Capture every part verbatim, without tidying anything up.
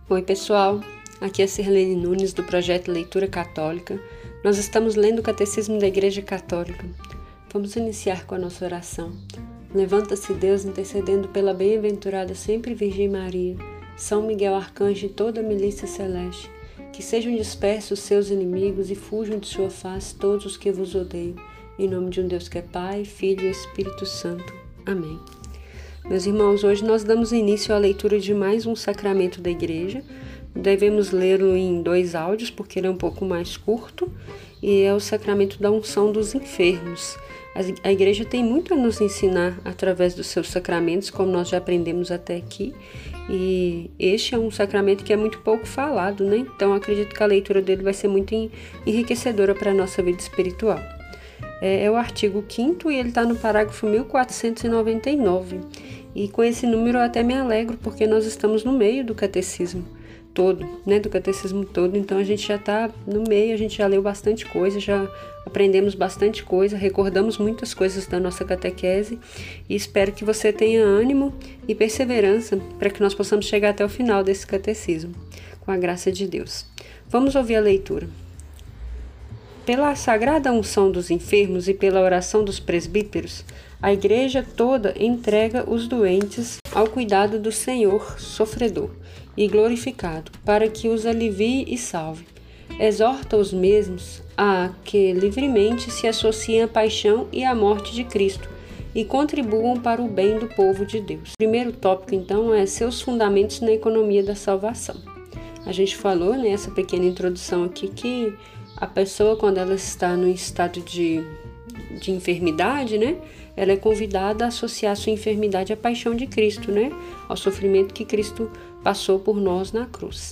Oi pessoal, aqui é Sirlene Nunes do projeto Leitura Católica. Nós estamos lendo o Catecismo da Igreja Católica. Vamos iniciar com a nossa oração. Levanta-se Deus intercedendo pela bem-aventurada sempre Virgem Maria, São Miguel Arcanjo e toda a milícia celeste, que sejam dispersos seus inimigos e fujam de sua face todos os que vos odeiam. Em nome de um Deus que é Pai, Filho e Espírito Santo. Amém. Meus irmãos, hoje nós damos início à leitura de mais um sacramento da igreja. Devemos lê-lo em dois áudios, porque ele é um pouco mais curto, e é o sacramento da unção dos enfermos. A igreja tem muito a nos ensinar através dos seus sacramentos, como nós já aprendemos até aqui, e este é um sacramento que é muito pouco falado, né? Então acredito que a leitura dele vai ser muito enriquecedora para a nossa vida espiritual. É, é o artigo quinto e ele está no parágrafo mil quatrocentos e noventa e nove. E com esse número eu até me alegro, porque nós estamos no meio do catecismo todo, né? Do catecismo todo, então a gente já está no meio, a gente já leu bastante coisa, já aprendemos bastante coisa, recordamos muitas coisas da nossa catequese e espero que você tenha ânimo e perseverança para que nós possamos chegar até o final desse catecismo, com a graça de Deus. Vamos ouvir a leitura. Pela sagrada unção dos enfermos e pela oração dos presbíteros, a igreja toda entrega os doentes ao cuidado do Senhor sofredor e glorificado, para que os alivie e salve. Exorta os mesmos a que livremente se associem à paixão e à morte de Cristo e contribuam para o bem do povo de Deus. O primeiro tópico, então, é seus fundamentos na economia da salvação. A gente falou nessa pequena introdução aqui que a pessoa, quando ela está no estado de, de enfermidade, né, ela é convidada a associar a sua enfermidade à paixão de Cristo, né, ao sofrimento que Cristo passou por nós na cruz.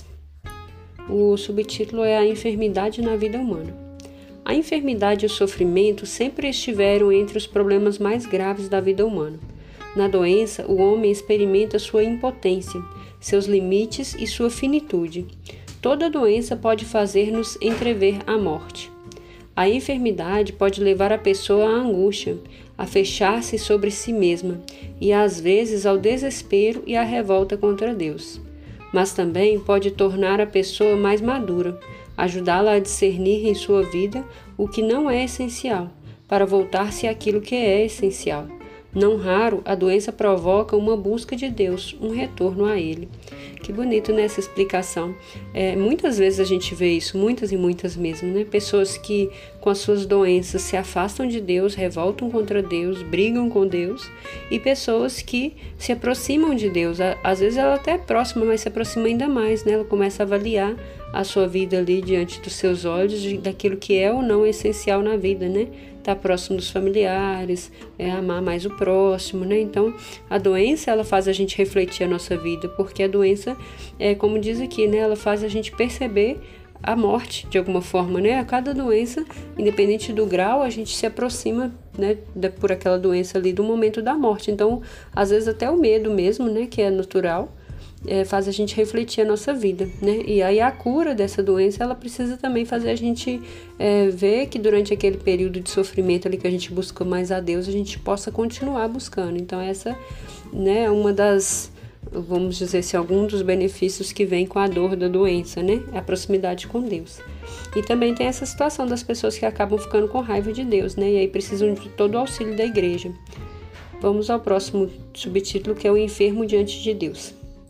O subtítulo é a enfermidade na vida humana. A enfermidade e o sofrimento sempre estiveram entre os problemas mais graves da vida humana. Na doença, o homem experimenta sua impotência, seus limites e sua finitude. Toda doença pode fazer-nos entrever a morte. A enfermidade pode levar a pessoa à angústia, a fechar-se sobre si mesma e, às vezes, ao desespero e à revolta contra Deus. Mas também pode tornar a pessoa mais madura, ajudá-la a discernir em sua vida o que não é essencial, para voltar-se àquilo que é essencial. Não raro, a doença provoca uma busca de Deus, um retorno a Ele. Que bonito nessa explicação. É, muitas vezes a gente vê isso, muitas e muitas mesmo, né? Pessoas que com as suas doenças se afastam de Deus, revoltam contra Deus, brigam com Deus, e pessoas que se aproximam de Deus. Às vezes ela até é próxima, mas se aproxima ainda mais, né? Ela começa a avaliar a sua vida ali diante dos seus olhos, de, daquilo que é ou não essencial na vida, né? Estar próximo dos familiares, é, amar mais o próximo, né? Então, a doença, ela faz a gente refletir a nossa vida, porque a doença, é, como diz aqui, né? Ela faz a gente perceber a morte, de alguma forma, né? A cada doença, independente do grau, a gente se aproxima, né, da, por aquela doença ali do momento da morte. Então, às vezes até o medo mesmo, né, que é natural, É, faz a gente refletir a nossa vida, né? E aí a cura dessa doença, ela precisa também fazer a gente é, ver que durante aquele período de sofrimento ali que a gente busca mais a Deus, a gente possa continuar buscando. Então essa, né, é uma das, vamos dizer assim, algum dos benefícios que vem com a dor da doença, né? A proximidade com Deus. E também tem essa situação das pessoas que acabam ficando com raiva de Deus, né? E aí precisam de todo o auxílio da igreja. Vamos ao próximo subtítulo, que é o enfermo diante de Deus.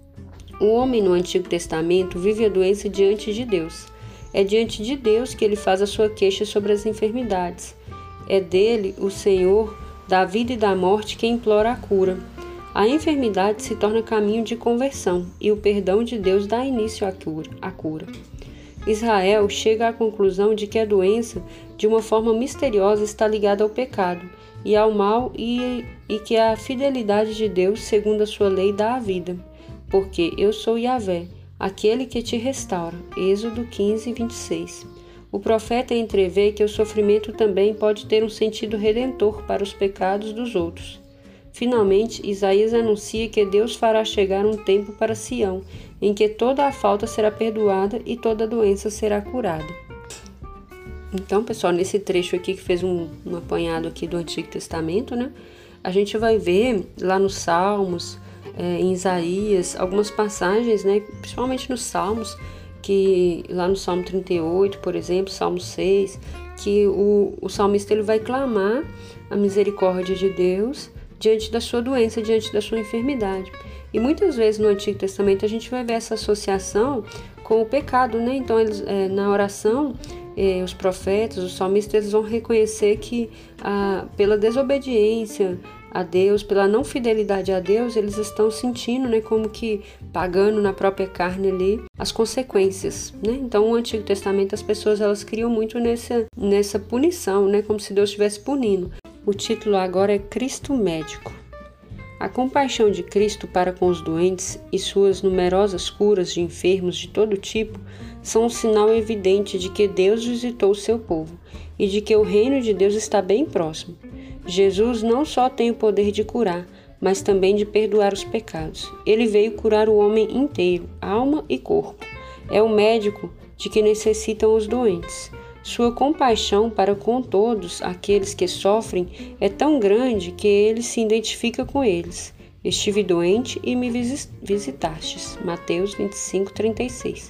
O homem no Antigo Testamento vive a doença diante de Deus. É diante de Deus que ele faz a sua queixa sobre as enfermidades. É dele, o Senhor, da vida e da morte, que implora a cura. A enfermidade se torna caminho de conversão e o perdão de Deus dá início à cura. À cura. Israel chega à conclusão de que a doença, de uma forma misteriosa, está ligada ao pecado e ao mal e, e que a fidelidade de Deus, segundo a sua lei, dá a vida. Porque eu sou Yahvé, aquele que te restaura. Êxodo quinze, vinte e seis. O profeta entrevê que o sofrimento também pode ter um sentido redentor para os pecados dos outros. Finalmente, Isaías anuncia que Deus fará chegar um tempo para Sião, em que toda a falta será perdoada e toda a doença será curada. Então, pessoal, nesse trecho aqui que fez um, um apanhado aqui do Antigo Testamento, né? A gente vai ver lá nos Salmos, é, em Isaías, algumas passagens, né, principalmente nos Salmos, que lá no Salmo trinta e oito, por exemplo, Salmo seis, que o, o salmista ele vai clamar a misericórdia de Deus diante da sua doença, diante da sua enfermidade. E muitas vezes no Antigo Testamento a gente vai ver essa associação com o pecado, né? Então, eles, é, na oração, é, os profetas, os salmistas, eles vão reconhecer que ah, pela desobediência a Deus, pela não fidelidade a Deus, eles estão sentindo, né, como que pagando na própria carne ali as consequências, né? Então, no Antigo Testamento as pessoas elas criam muito nessa, nessa punição, né, como se Deus estivesse punindo. O título agora é Cristo Médico. A compaixão de Cristo para com os doentes e suas numerosas curas de enfermos de todo tipo são um sinal evidente de que Deus visitou o seu povo e de que o reino de Deus está bem próximo. Jesus não só tem o poder de curar, mas também de perdoar os pecados. Ele veio curar o homem inteiro, alma e corpo. É o médico de que necessitam os doentes. Sua compaixão para com todos aqueles que sofrem é tão grande que ele se identifica com eles. Estive doente e me visitastes. Mateus vinte e cinco, trinta e seis.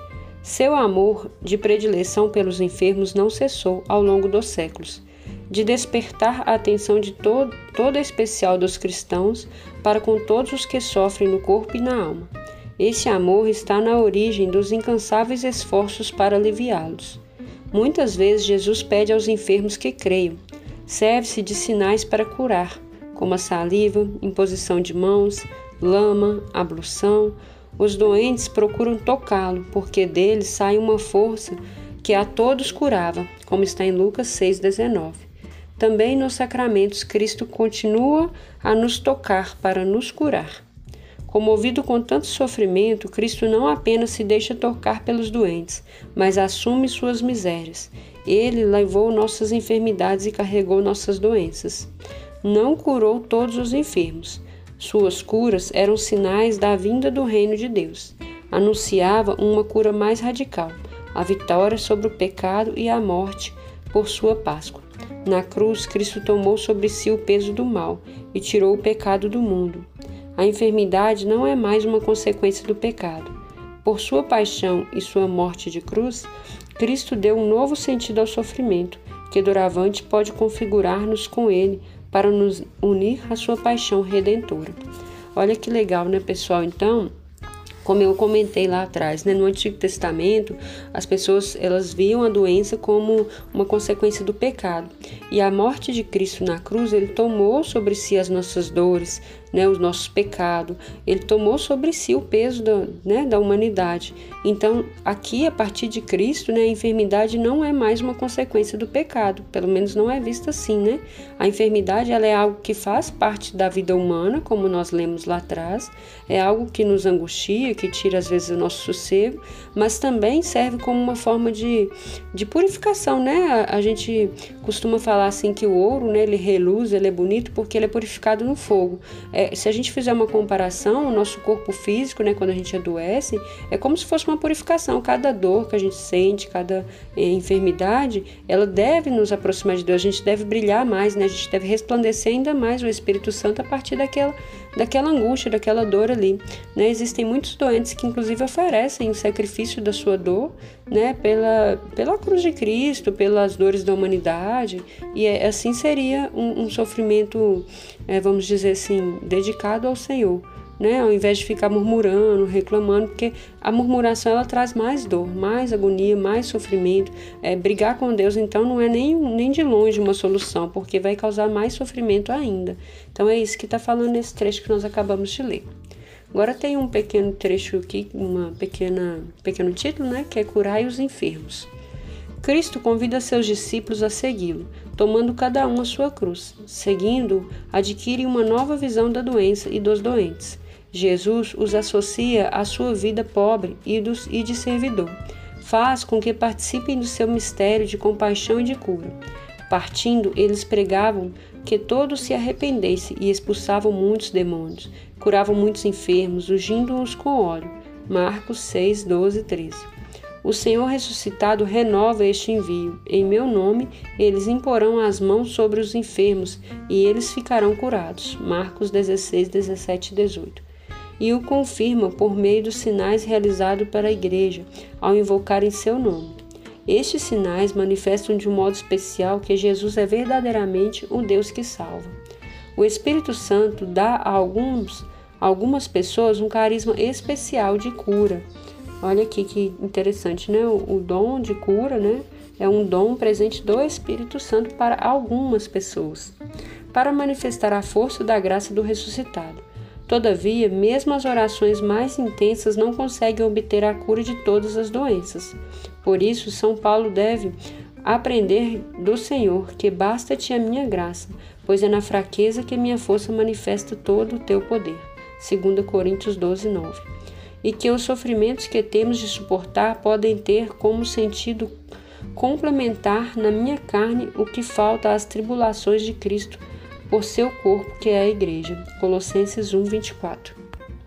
Seu amor de predileção pelos enfermos não cessou ao longo dos séculos, de despertar a atenção de todo, toda especial dos cristãos para com todos os que sofrem no corpo e na alma. Esse amor está na origem dos incansáveis esforços para aliviá-los. Muitas vezes Jesus pede aos enfermos que creiam. Serve-se de sinais para curar, como a saliva, imposição de mãos, lama, ablução. Os doentes procuram tocá-lo, porque dele sai uma força que a todos curava, como está em Lucas seis, dezenove. Também nos sacramentos, Cristo continua a nos tocar para nos curar. Comovido com tanto sofrimento, Cristo não apenas se deixa tocar pelos doentes, mas assume suas misérias. Ele levou nossas enfermidades e carregou nossas doenças. Não curou todos os enfermos. Suas curas eram sinais da vinda do reino de Deus. Anunciava uma cura mais radical, a vitória sobre o pecado e a morte por sua Páscoa. Na cruz, Cristo tomou sobre si o peso do mal e tirou o pecado do mundo. A enfermidade não é mais uma consequência do pecado. Por sua paixão e sua morte de cruz, Cristo deu um novo sentido ao sofrimento, que doravante pode configurar-nos com ele para nos unir à sua paixão redentora. Olha que legal, né, pessoal? Então, como eu comentei lá atrás, né, no Antigo Testamento, as pessoas elas viam a doença como uma consequência do pecado. E a morte de Cristo na cruz, ele tomou sobre si as nossas dores, né, os nossos pecados. Ele tomou sobre si o peso da, né, da humanidade. Então, aqui, a partir de Cristo, né, a enfermidade não é mais uma consequência do pecado. Pelo menos não é vista assim, né? A enfermidade ela é algo que faz parte da vida humana, como nós lemos lá atrás. É algo que nos angustia, que tira às vezes o nosso sossego, mas também serve como uma forma de, de purificação, né? A, a gente costuma falar assim que o ouro, né, ele reluz, ele é bonito porque ele é purificado no fogo. É, se a gente fizer uma comparação, o nosso corpo físico, né, quando a gente adoece, é como se fosse uma purificação. Cada dor que a gente sente, cada é, enfermidade, ela deve nos aproximar de Deus. A gente deve brilhar mais, né? A gente deve resplandecer ainda mais o Espírito Santo a partir daquela, daquela angústia, daquela dor ali, né? Existem muitos doentes que inclusive oferecem o sacrifício da sua dor, né, pela, pela cruz de Cristo, pelas dores da humanidade, e é, assim seria um, um sofrimento, é, vamos dizer assim, dedicado ao Senhor, né, ao invés de ficar murmurando, reclamando, porque a murmuração ela traz mais dor, mais agonia, mais sofrimento. É, brigar com Deus então não é nem, nem de longe uma solução, porque vai causar mais sofrimento ainda. Então é isso que está falando nesse trecho que nós acabamos de ler. Agora tem um pequeno trecho aqui, um pequeno título, né, que é Curai os enfermos. Cristo convida seus discípulos a segui-lo, tomando cada um a sua cruz. Seguindo, adquire uma nova visão da doença e dos doentes. Jesus os associa à sua vida pobre e, dos, e de servidor. Faz com que participem do seu mistério de compaixão e de cura. Partindo, eles pregavam que todos se arrependessem e expulsavam muitos demônios, curavam muitos enfermos, ungindo-os com óleo. Marcos seis, doze, treze. O Senhor ressuscitado renova este envio. Em meu nome, eles imporão as mãos sobre os enfermos e eles ficarão curados. Marcos dezesseis, dezessete e dezoito. e o confirma por meio dos sinais realizados para a Igreja, ao invocar em seu nome. Estes sinais manifestam de um modo especial que Jesus é verdadeiramente o Deus que salva. O Espírito Santo dá a alguns, algumas pessoas um carisma especial de cura. Olha aqui que interessante, né? O, o dom de cura, né? É um dom presente do Espírito Santo para algumas pessoas, para manifestar a força da graça do ressuscitado. Todavia, mesmo as orações mais intensas não conseguem obter a cura de todas as doenças. Por isso, São Paulo deve aprender do Senhor que basta-te a minha graça, pois é na fraqueza que minha força manifesta todo o teu poder. segunda Coríntios doze, nove. E que os sofrimentos que temos de suportar podem ter como sentido complementar na minha carne o que falta às tribulações de Cristo por seu corpo, que é a Igreja. Colossenses um, vinte e quatro.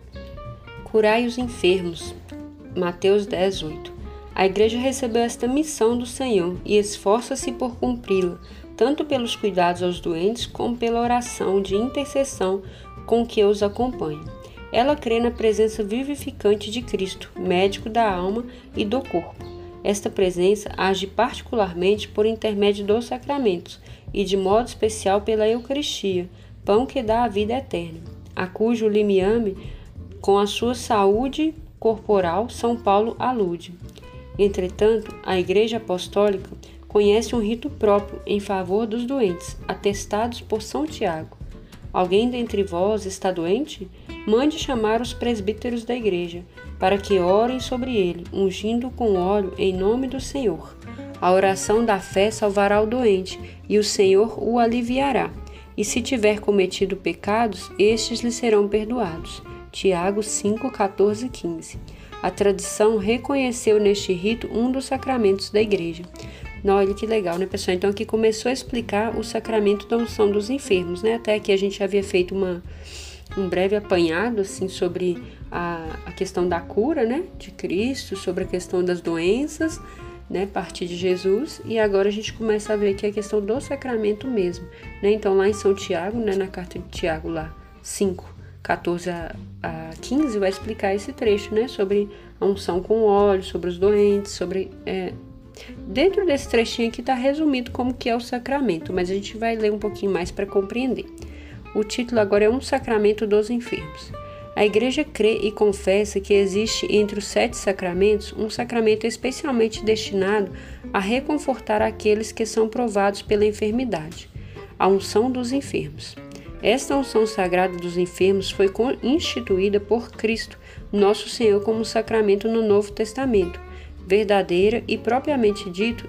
Curai os enfermos. Mateus dez, oito. A Igreja recebeu esta missão do Senhor e esforça-se por cumpri-la, tanto pelos cuidados aos doentes como pela oração de intercessão com que os acompanha. Ela crê na presença vivificante de Cristo, médico da alma e do corpo. Esta presença age particularmente por intermédio dos sacramentos e de modo especial pela Eucaristia, pão que dá a vida eterna, a cujo limiame, com a sua saúde corporal, São Paulo alude. Entretanto, a Igreja Apostólica conhece um rito próprio em favor dos doentes, atestados por São Tiago. Alguém dentre vós está doente? Mande chamar os presbíteros da Igreja, para que orem sobre ele, ungindo com óleo em nome do Senhor. A oração da fé salvará o doente, e o Senhor o aliviará. E se tiver cometido pecados, estes lhe serão perdoados. Tiago cinco, catorze e quinze. A tradição reconheceu neste rito um dos sacramentos da Igreja. Olha que legal, né, pessoal? Então aqui começou a explicar o sacramento da unção dos enfermos, né? Até aqui a gente havia feito uma, um breve apanhado, assim, sobre a, a questão da cura, né, de Cristo, sobre a questão das doenças, né, a partir de Jesus, e agora a gente começa a ver aqui a questão do sacramento mesmo, né? Então lá em São Tiago, né, na carta de Tiago lá, cinco, catorze a quinze, vai explicar esse trecho, né, sobre a unção com óleo, sobre os doentes, sobre... É, dentro desse trechinho aqui está resumido como que é o sacramento, mas a gente vai ler um pouquinho mais para compreender. O título agora é Um Sacramento dos Enfermos. A Igreja crê e confessa que existe entre os sete sacramentos um sacramento especialmente destinado a reconfortar aqueles que são provados pela enfermidade, a unção dos enfermos. Esta unção sagrada dos enfermos foi instituída por Cristo, nosso Senhor, como sacramento no Novo Testamento, verdadeira e propriamente dito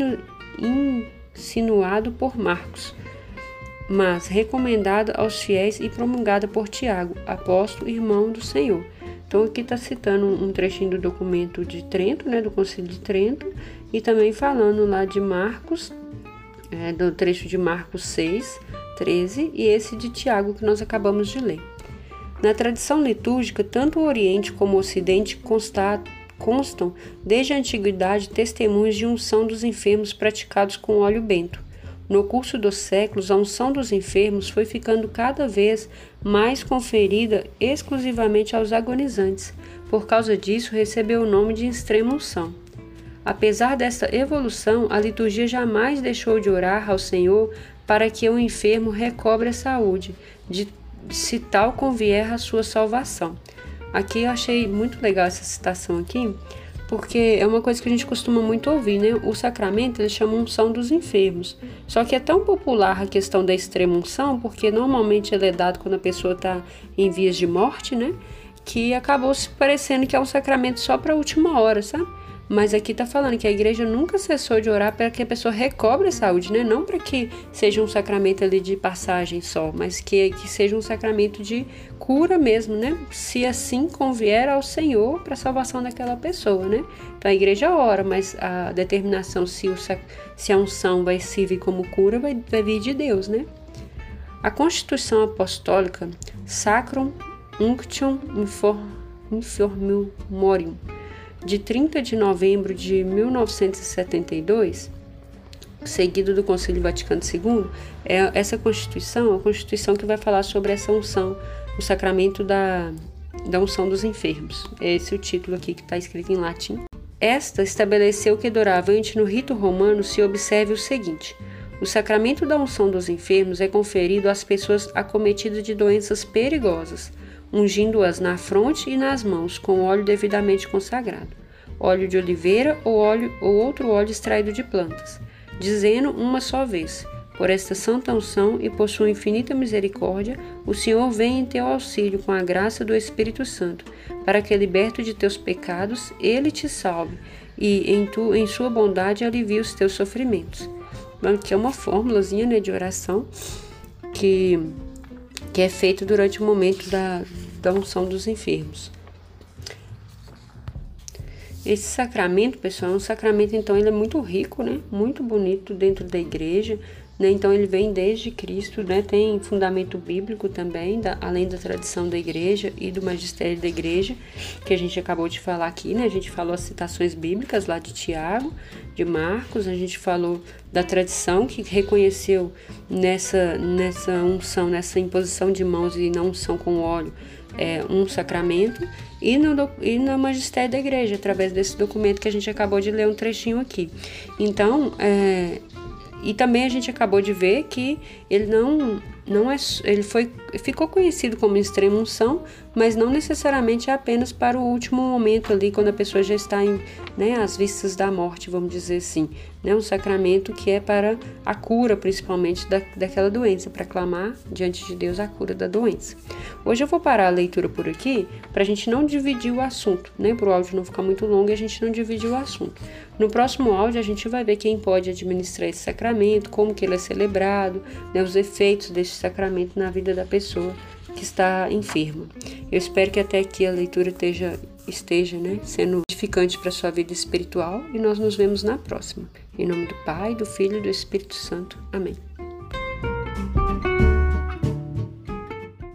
insinuado por Marcos, mas recomendada aos fiéis e promulgada por Tiago, apóstolo e irmão do Senhor. Então aqui está citando um trechinho do documento de Trento, né, do Concílio de Trento, e também falando lá de Marcos, é, do trecho de Marcos seis, treze, e esse de Tiago que nós acabamos de ler. Na tradição litúrgica, tanto o Oriente como o Ocidente constatam constam desde a antiguidade testemunhos de unção dos enfermos praticados com óleo bento. No curso dos séculos, a unção dos enfermos foi ficando cada vez mais conferida exclusivamente aos agonizantes. Por causa disso, recebeu o nome de extrema unção. Apesar dessa evolução, a liturgia jamais deixou de orar ao Senhor para que o enfermo recobre a saúde, de, se tal convier a sua salvação. Aqui eu achei muito legal essa citação aqui, porque é uma coisa que a gente costuma muito ouvir, né? O sacramento, eles chamam unção dos enfermos. Só que é tão popular a questão da extrema unção, porque normalmente ele é dado quando a pessoa está em vias de morte, né? Que acabou se parecendo que é um sacramento só para a última hora, sabe? Mas aqui está falando que a igreja nunca cessou de orar para que a pessoa recobre a saúde, né? Não para que seja um sacramento ali de passagem só, mas que, que seja um sacramento de cura mesmo, né? Se assim convier ao Senhor para a salvação daquela pessoa, né? Então a igreja ora, mas a determinação se, o, se a unção vai servir como cura vai, vai vir de Deus, né? A Constituição Apostólica Sacrum Unctium Informumorium, de trinta de novembro de mil novecentos e setenta e dois, seguido do Concílio Vaticano segundo, é essa Constituição, a Constituição que vai falar sobre essa unção, o sacramento da, da unção dos enfermos. Esse é o título aqui que está escrito em latim. Esta estabeleceu que doravante no rito romano se observe o seguinte: o sacramento da unção dos enfermos é conferido às pessoas acometidas de doenças perigosas, ungindo-as na fronte e nas mãos com óleo devidamente consagrado, óleo de oliveira ou, óleo, ou outro óleo extraído de plantas, dizendo uma só vez: por esta santa unção e por sua infinita misericórdia, o Senhor vem em teu auxílio com a graça do Espírito Santo, para que, liberto de teus pecados, ele te salve e, em, tu, em sua bondade, alivie os teus sofrimentos. Aqui é uma fórmulazinha, né, de oração que, que é feita durante o momento da, da unção dos enfermos. Esse sacramento, pessoal, é um sacramento, então, ele é muito rico, né? Muito bonito dentro da igreja, né? Então, ele vem desde Cristo, né? Tem fundamento bíblico também, da, além da tradição da igreja e do magistério da igreja, que a gente acabou de falar aqui, né? A gente falou as citações bíblicas lá de Tiago, de Marcos, a gente falou da tradição que reconheceu nessa, nessa unção, nessa imposição de mãos e na unção com óleo, é, um sacramento, e no, e no magistério da igreja, através desse documento que a gente acabou de ler um trechinho aqui. Então, é, e também a gente acabou de ver que ele não, não é, ele foi, ficou conhecido como extrema unção, mas não necessariamente é apenas para o último momento ali, quando a pessoa já está em, né, às vistas da morte, vamos dizer assim, né, um sacramento que é para a cura, principalmente da, daquela doença, para clamar diante de Deus a cura da doença. Hoje eu vou parar a leitura por aqui, para a gente não dividir o assunto, né, para o áudio não ficar muito longo e a gente não dividir o assunto. No próximo áudio a gente vai ver quem pode administrar esse sacramento, como que ele é celebrado, né, os efeitos desse sacramento na vida da pessoa que está enferma. Eu espero que até aqui a leitura esteja, esteja né, sendo edificante para a sua vida espiritual, e nós nos vemos na próxima. Em nome do Pai, do Filho e do Espírito Santo. Amém.